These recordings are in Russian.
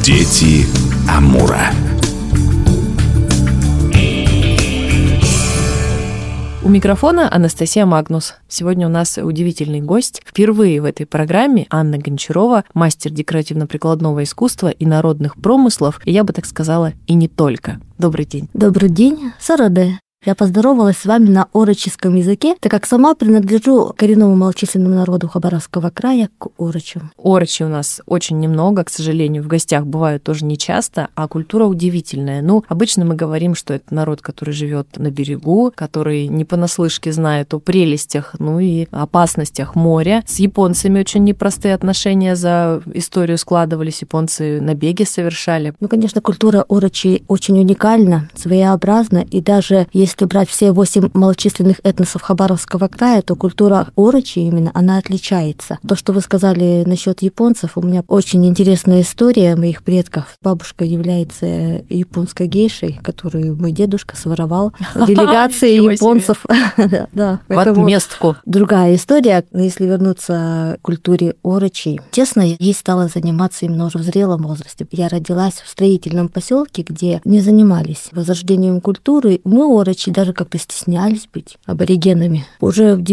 Дети Амура. У микрофона Анастасия Магнус. Сегодня у нас удивительный гость. Впервые в этой программе Анна Гончарова, мастер декоративно-прикладного искусства и народных промыслов, и я бы так сказала, и не только. Добрый день. Добрый день, Сараде. Я поздоровалась с вами на ороческом языке, так как сама принадлежу коренному малочисленному народу Хабаровского края, к орочам. Орочи у нас очень немного, к сожалению, в гостях бывают тоже нечасто, а культура удивительная. Обычно мы говорим, что это народ, который живет на берегу, который не понаслышке знает о прелестях, и опасностях моря. С японцами очень непростые отношения за историю складывались, японцы набеги совершали. Конечно, культура орочей очень уникальна, своеобразна, и даже если брать все 8 малочисленных этносов Хабаровского края, то культура орочей именно, она отличается. То, что вы сказали насчет японцев, у меня очень интересная история моих предков. Бабушка является японской гейшей, которую мой дедушка своровал в делегации японцев. В отместку. Другая история, если вернуться к культуре орочей. Честно, я ей стала заниматься именно уже в зрелом возрасте. Я родилась в строительном поселке, где не занимались возрождением культуры. Мы, орочи, даже как-то стеснялись быть аборигенами. Уже в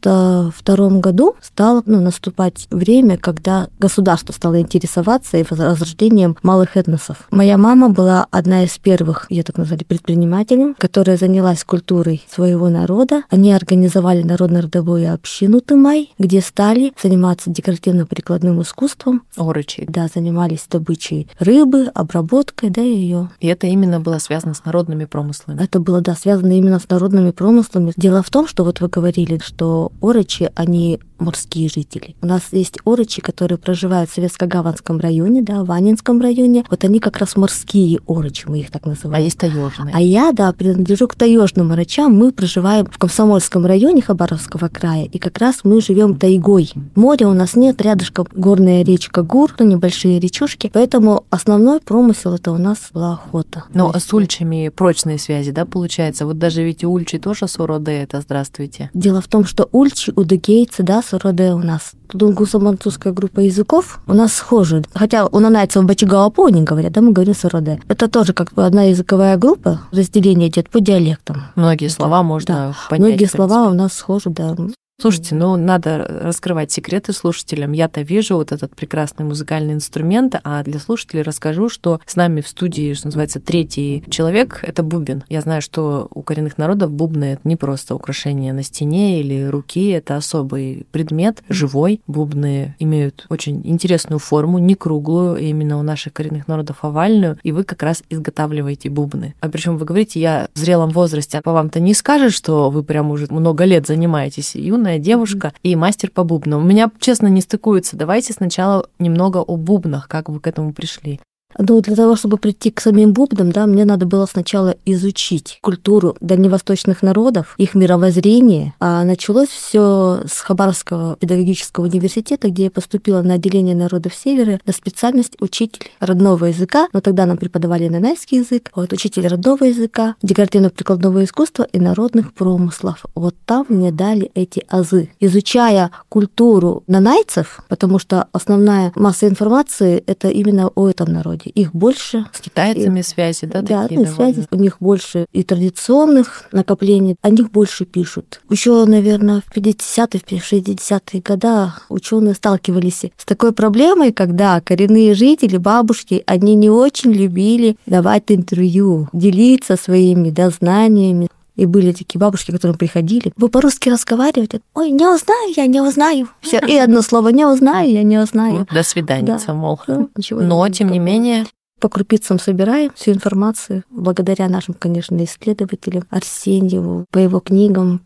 92-м году стало наступать время, когда государство стало интересоваться и возрождением малых этносов. Моя мама была одна из первых, ее так назвали, предпринимателем, которая занялась культурой своего народа. Они организовали народно-родовую общину Тымай, где стали заниматься декоративно-прикладным искусством. Орочи. Да, занимались добычей рыбы, обработкой, ее. И это именно было связано с народными промыслами. Это было, связано именно с народными промыслами. Дело в том, что вы говорили, что орочи, они морские жители. У нас есть орочи, которые проживают в Советско-Гаванском районе, в Анинском районе. Они как раз морские орочи, мы их так называем. А есть таежные. А я, принадлежу к таежным орочам. Мы проживаем в Комсомольском районе Хабаровского края, и как раз мы живем тайгой. Моря у нас нет, рядышком горная речка Гур, небольшие речушки, поэтому основной промысел это у нас была охота. Но с ульчами прочные связи, получается? Даже ведь у ульчи тоже сороде это здравствуйте. Дело в том, что ульчи, удыгейцы, сороде у нас. Тунгусо-мантузская группа языков у нас схожи. Хотя у нанайцев бачигаопони говорят, мы говорим сороде. Это тоже как бы одна языковая группа, разделение идет по диалектам. Многие слова можно понять. Многие слова у нас схожи, Слушайте, надо раскрывать секреты слушателям. Я-то вижу этот прекрасный музыкальный инструмент, а для слушателей расскажу, что с нами в студии, что называется, третий человек — это бубен. Я знаю, что у коренных народов бубны — это не просто украшение на стене или руки, это особый предмет, живой. Бубны имеют очень интересную форму, не круглую, именно у наших коренных народов овальную, и вы как раз изготавливаете бубны. А причем вы говорите, я в зрелом возрасте, а по вам-то не скажешь, что вы прям уже много лет занимаетесь, юная девушка и мастер по бубнам. У меня, честно, не стыкуется. Давайте сначала немного о бубнах, как вы к этому пришли. Для того, чтобы прийти к самим бубнам, мне надо было сначала изучить культуру дальневосточных народов, их мировоззрение. А началось все с Хабаровского педагогического университета, где я поступила на отделение народов Севера на специальность учитель родного языка. Но тогда нам преподавали нанайский язык, учитель родного языка, декоративно-прикладного искусства и народных промыслов. Там мне дали эти азы. Изучая культуру нанайцев, потому что основная масса информации это именно о этом народе. Их больше. С китайцами связи, такие связи. У них больше и традиционных накоплений, о них больше пишут. Еще, наверное, в 50-е, в 60-е годы ученые сталкивались с такой проблемой, когда коренные жители, бабушки, они не очень любили давать интервью, делиться своими знаниями. И были такие бабушки, к которым приходили. Вы по-русски разговариваете? Ой, не узнаю, я не узнаю. Все, и одно слово не узнаю, я не узнаю. До свидания, мол. Ничего. Но, тем не менее... По крупицам собираем всю информацию, благодаря нашим, конечно, исследователям, Арсеньеву, по его книгам,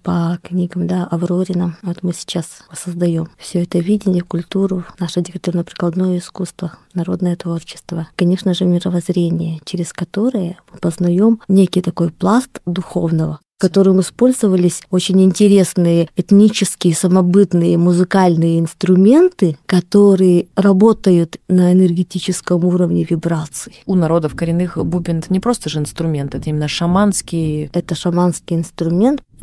Авроринам. Мы сейчас создаем все это видение, культуру, наше декоративно-прикладное искусство, народное творчество. Конечно же, мировоззрение, через которое мы познаем некий такой пласт духовного, которым использовались очень интересные этнические, самобытные музыкальные инструменты, которые работают на энергетическом уровне вибраций. У народов коренных бубен — это не просто же инструмент, это именно шаманский... Это шаманский инструмент.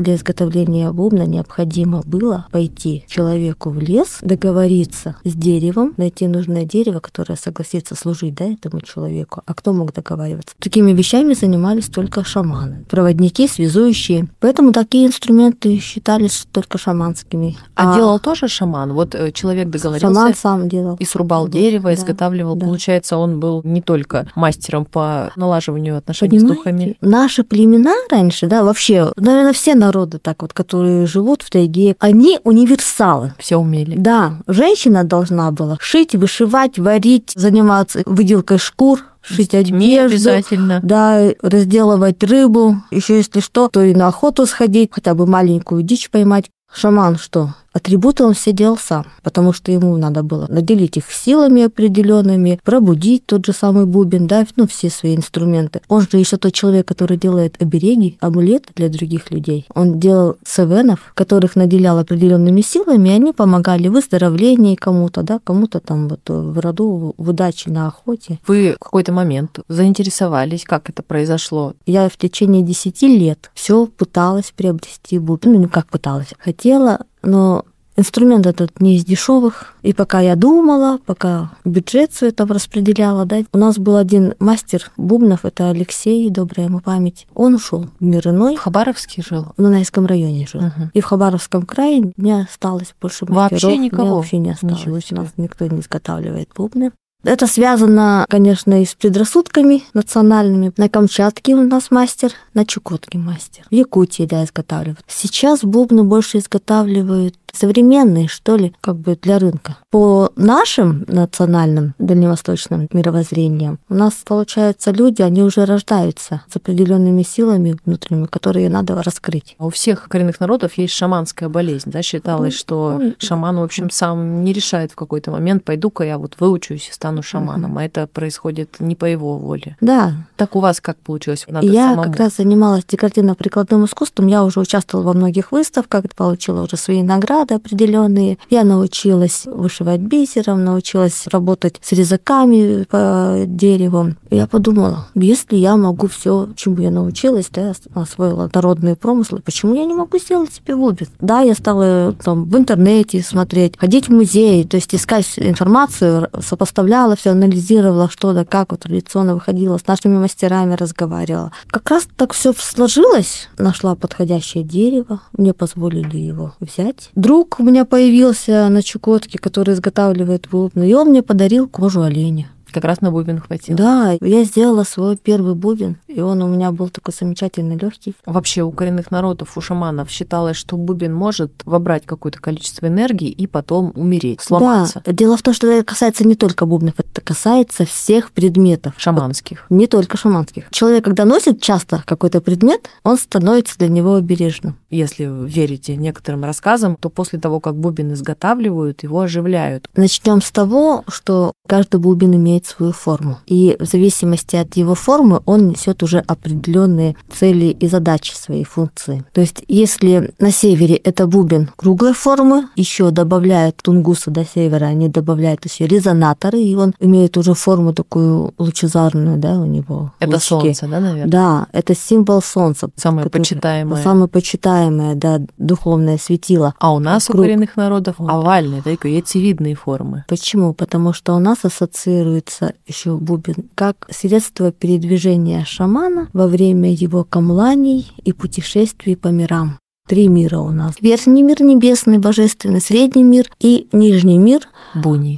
для изготовления бубна необходимо было пойти человеку в лес, договориться с деревом, найти нужное дерево, которое согласится служить, да, этому человеку. А кто мог договариваться? Такими вещами занимались только шаманы, проводники, связующие. Поэтому такие инструменты считались только шаманскими. А делал тоже шаман? Вот человек договорился. Шаман сам делал. И срубал дерево, изготавливал. Да. Получается, он был не только мастером по налаживанию отношений с духами. Наши племена раньше, да, вообще, наверное, все народы так вот, которые живут в тайге, они универсалы. Все умели. Да, женщина должна была шить, вышивать, варить, заниматься выделкой шкур, шить одежду, обязательно. Да, разделывать рыбу, еще если что, то и на охоту сходить, хотя бы маленькую дичь поймать. Шаман что? Атрибуты он все делал сам, потому что ему надо было наделить их силами определенными, пробудить тот же самый бубен, да, все свои инструменты. Он же еще тот человек, который делает обереги, амулеты для других людей. Он делал севенов, которых наделял определенными силами, и они помогали в выздоровлении кому-то, да, кому-то там вот в роду, в удаче на охоте. Вы в какой-то момент заинтересовались, как это произошло? Я в течение 10 лет все пыталась приобрести бубен, как пыталась, хотела, но инструмент этот не из дешевых. И пока я думала, пока бюджет все это распределяла, да, у нас был один мастер бубнов, это Алексей, добрая ему память. Он ушел в мир иной. В Хабаровске жил? В Нанайском районе жил. И в Хабаровском крае не осталось больше мастеров. Вообще никого? Вообще не осталось. У нас никто не изготавливает бубны. Это связано, конечно, и с предрассудками национальными. На Камчатке у нас мастер, на Чукотке мастер. В Якутии, да, изготавливают. Сейчас бубны больше изготавливают современные, что ли, как бы для рынка. По нашим национальным дальневосточным мировоззрениям у нас, получается, люди, они уже рождаются с определенными силами внутренними, которые надо раскрыть. У всех коренных народов есть шаманская болезнь, да? Считалось, что шаман, в общем, сам не решает в какой-то момент, пойду-ка я вот выучусь и стану шаманом, а это происходит не по его воле. Да. Так у вас как получилось? Надо я самому. Как раз занималась декоративно-прикладным искусством, я уже участвовала во многих выставках, получила уже свои награды определенные. Я научилась вышивать бисером, научилась работать с резаками по дереву. Я подумала, если я могу все, чему я научилась, да, освоила народные промыслы, почему я не могу сделать себе бубен? Да, я стала там в интернете смотреть, ходить в музей, то есть искать информацию, сопоставляла все, анализировала, что да как, вот традиционно выходила, с нашими мастерами разговаривала. Как раз так все сложилось, нашла подходящее дерево, мне позволили его взять. Друг у меня появился на Чукотке, который изготавливает бубны, и он мне подарил кожу оленя. Как раз на бубен хватило. Да, я сделала свой первый бубен, и он у меня был такой замечательно легкий. Вообще у коренных народов, у шаманов считалось, что бубен может вобрать какое-то количество энергии и потом умереть, сломаться. Да, дело в том, что это касается не только бубнов, это касается всех предметов. Шаманских. Не только шаманских. Человек, когда носит часто какой-то предмет, он становится для него обережным. Если верите некоторым рассказам, то после того, как бубен изготавливают, его оживляют. Начнем с того, что каждый бубен имеет свою форму. И в зависимости от его формы он несет уже определенные цели и задачи своей функции. То есть, если на севере это бубен круглой формы, еще добавляют тунгуса до севера, они добавляют еще резонаторы, и он имеет уже форму такую лучезарную, да, у него. Это лучки. солнце, да, наверное? Да, это символ солнца. Самое почитаемое. Самое почитаемое, да, духовное светило. А у нас, у коренных народов, овальные, такие яйцевидные формы. Почему? Потому что у нас ассоциируется еще бубен как средство передвижения шамана во время его камланий и путешествий по мирам. 3 мира у нас. Верхний мир небесный, божественный, средний мир и нижний мир Буни.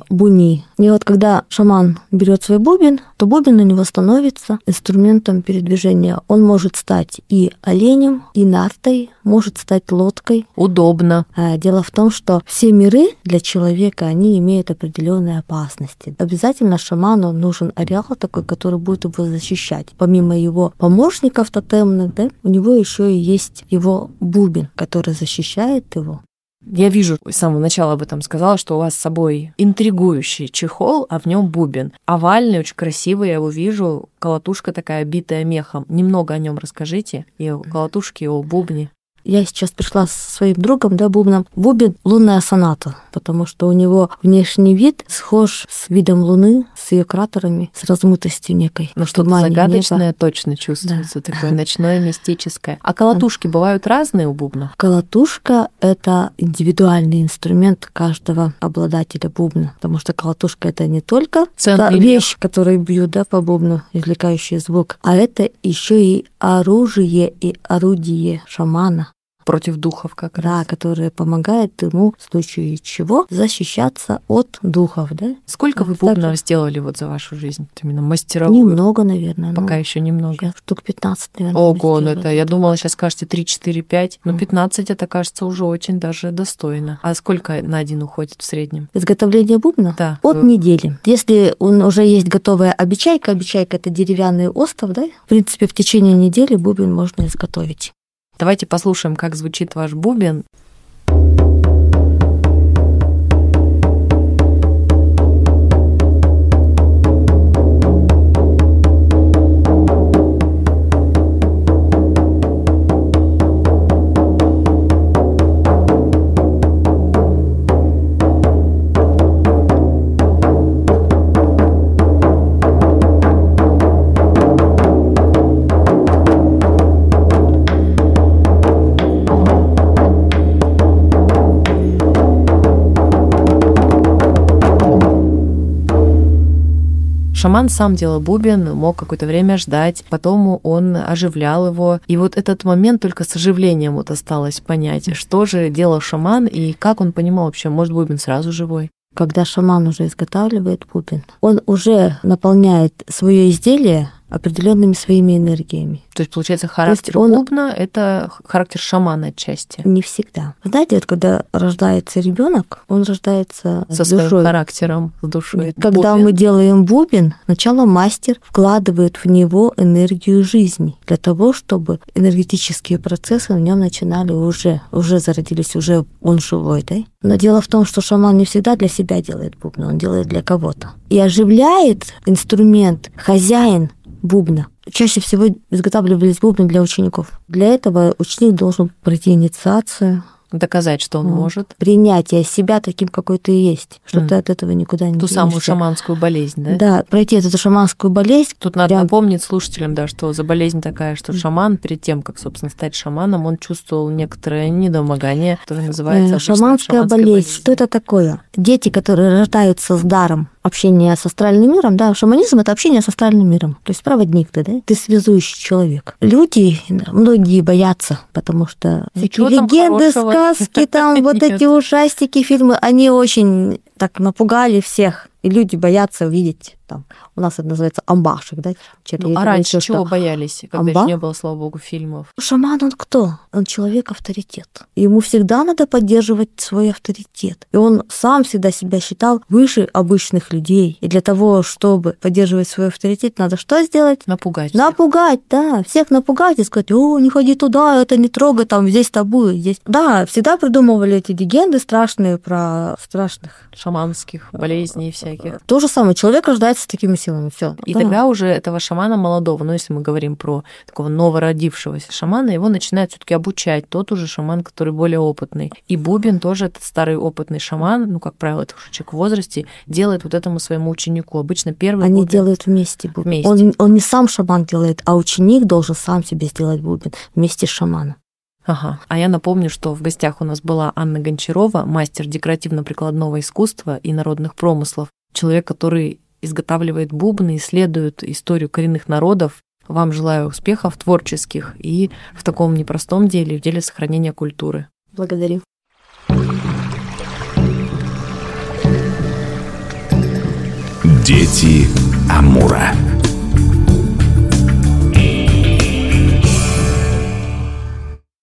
И вот когда шаман берет свой бубен, то бубен у него становится инструментом передвижения. Он может стать и оленем, и нартой, может стать лодкой. Удобно. Дело в том, что все миры для человека, они имеют определенные опасности. Обязательно шаману нужен ареал такой, который будет его защищать. Помимо его помощников тотемных, да, у него еще и есть его бубен, который защищает его. Я вижу, с самого начала об этом сказала, что у вас с собой интригующий чехол, а в нем бубен. Овальный, очень красивый, я его вижу. Колотушка такая, битая мехом. Немного о нем расскажите. И о колотушке, и о бубне. Я сейчас пришла со своим другом, да, бубном. Бубен — лунная соната, потому что у него внешний вид схож с видом Луны, с ее кратерами, с размытостью некой. Ну, что-то загадочное неба. Точно чувствуется, да. Такое ночное, мистическое. А колотушки бывают разные у бубна? Колотушка — это индивидуальный инструмент каждого обладателя бубна, потому что колотушка — это не только та вещь, которую бьют, да, по бубну, извлекающая звук, а это еще и оружие и орудие шамана. Против духов как раз. Да, которые помогают ему в случае чего защищаться от духов, да. Сколько вы бубнов сделали вот за вашу жизнь? Именно мастеровую? Немного, наверное. Пока еще немного. Сейчас штук 15, наверное. Ого, ну это, я думала, сейчас скажете 3, 4, 5. Но 15 это, кажется, уже очень даже достойно. А сколько на один уходит в среднем? Изготовление бубна? Да. От недели. Если уже есть готовая обечайка это деревянный остов, да, в принципе, в течение недели бубен можно изготовить. Давайте послушаем, как звучит ваш бубен. Шаман сам делал бубен, мог какое-то время ждать, потом он оживлял его. И вот этот момент только с оживлением вот осталось понять, что же делал шаман и как он понимал вообще, может, бубен сразу живой. Когда шаман уже изготавливает бубен, он уже наполняет свое изделие определенными своими энергиями. То есть, получается, характер бубна — это характер шамана отчасти? Не всегда. Знаете, вот когда рождается ребенок, он рождается со с душой. Своим характером, с душой. Когда мы делаем бубен, сначала мастер вкладывает в него энергию жизни для того, чтобы энергетические процессы в нем начинали уже зародились, уже он живой, да? Но дело в том, что шаман не всегда для себя делает бубны, он делает для кого-то. И оживляет инструмент хозяин бубна. Чаще всего изготавливались бубны для учеников. Для этого ученик должен пройти инициацию, доказать, что он может. Принятие себя таким, какой ты есть, что ты от этого никуда не денешься. Ту самую шаманскую болезнь, да? Да, пройти эту шаманскую болезнь. Тут надо напомнить слушателям, да, что за болезнь такая, что шаман перед тем, как, собственно, стать шаманом, он чувствовал некоторое недомогание, которое называется шаманская болезнь. Что это такое? Дети, которые рождаются с даром общения с астральным миром, да, шаманизм — это общение с астральным миром, то есть проводник ты, да, ты связующий человек. Люди, многие боятся, потому что всякие легенды, сказки, там вот эти ужастики, фильмы, они очень так напугали всех. И люди боятся увидеть, там, у нас это называется амбашек, да? А раньше чего боялись, когда еще не было, слава богу, фильмов? Шаман, он кто? Он человек-авторитет. Ему всегда надо поддерживать свой авторитет. И он сам всегда себя считал выше обычных людей. И для того, чтобы поддерживать свой авторитет, надо что сделать? Напугать. Напугать, да. Всех напугать и сказать: о, не ходи туда, это не трогай, там, здесь табу, здесь. Да, всегда придумывали эти легенды страшные про страшных шаманских болезней всяких. То же самое, человек рождается с такими силами, все. И тогда уже этого шамана молодого, ну, если мы говорим про такого новородившегося шамана, его начинают все-таки обучать тот уже шаман, который более опытный. И бубен тоже этот старый опытный шаман, ну, как правило, это уже человек в возрасте, делает вот этому своему ученику. Обычно первый Они бубен. делают вместе бубен. Он не сам шаман делает, а ученик должен сам себе сделать бубен вместе с шаманом. Ага. А я напомню, что в гостях у нас была Анна Гончарова, мастер декоративно-прикладного искусства и народных промыслов, человек, который изготавливает бубны, исследует историю коренных народов. Вам желаю успехов творческих и в таком непростом деле, в деле сохранения культуры. Благодарю. Дети Амура.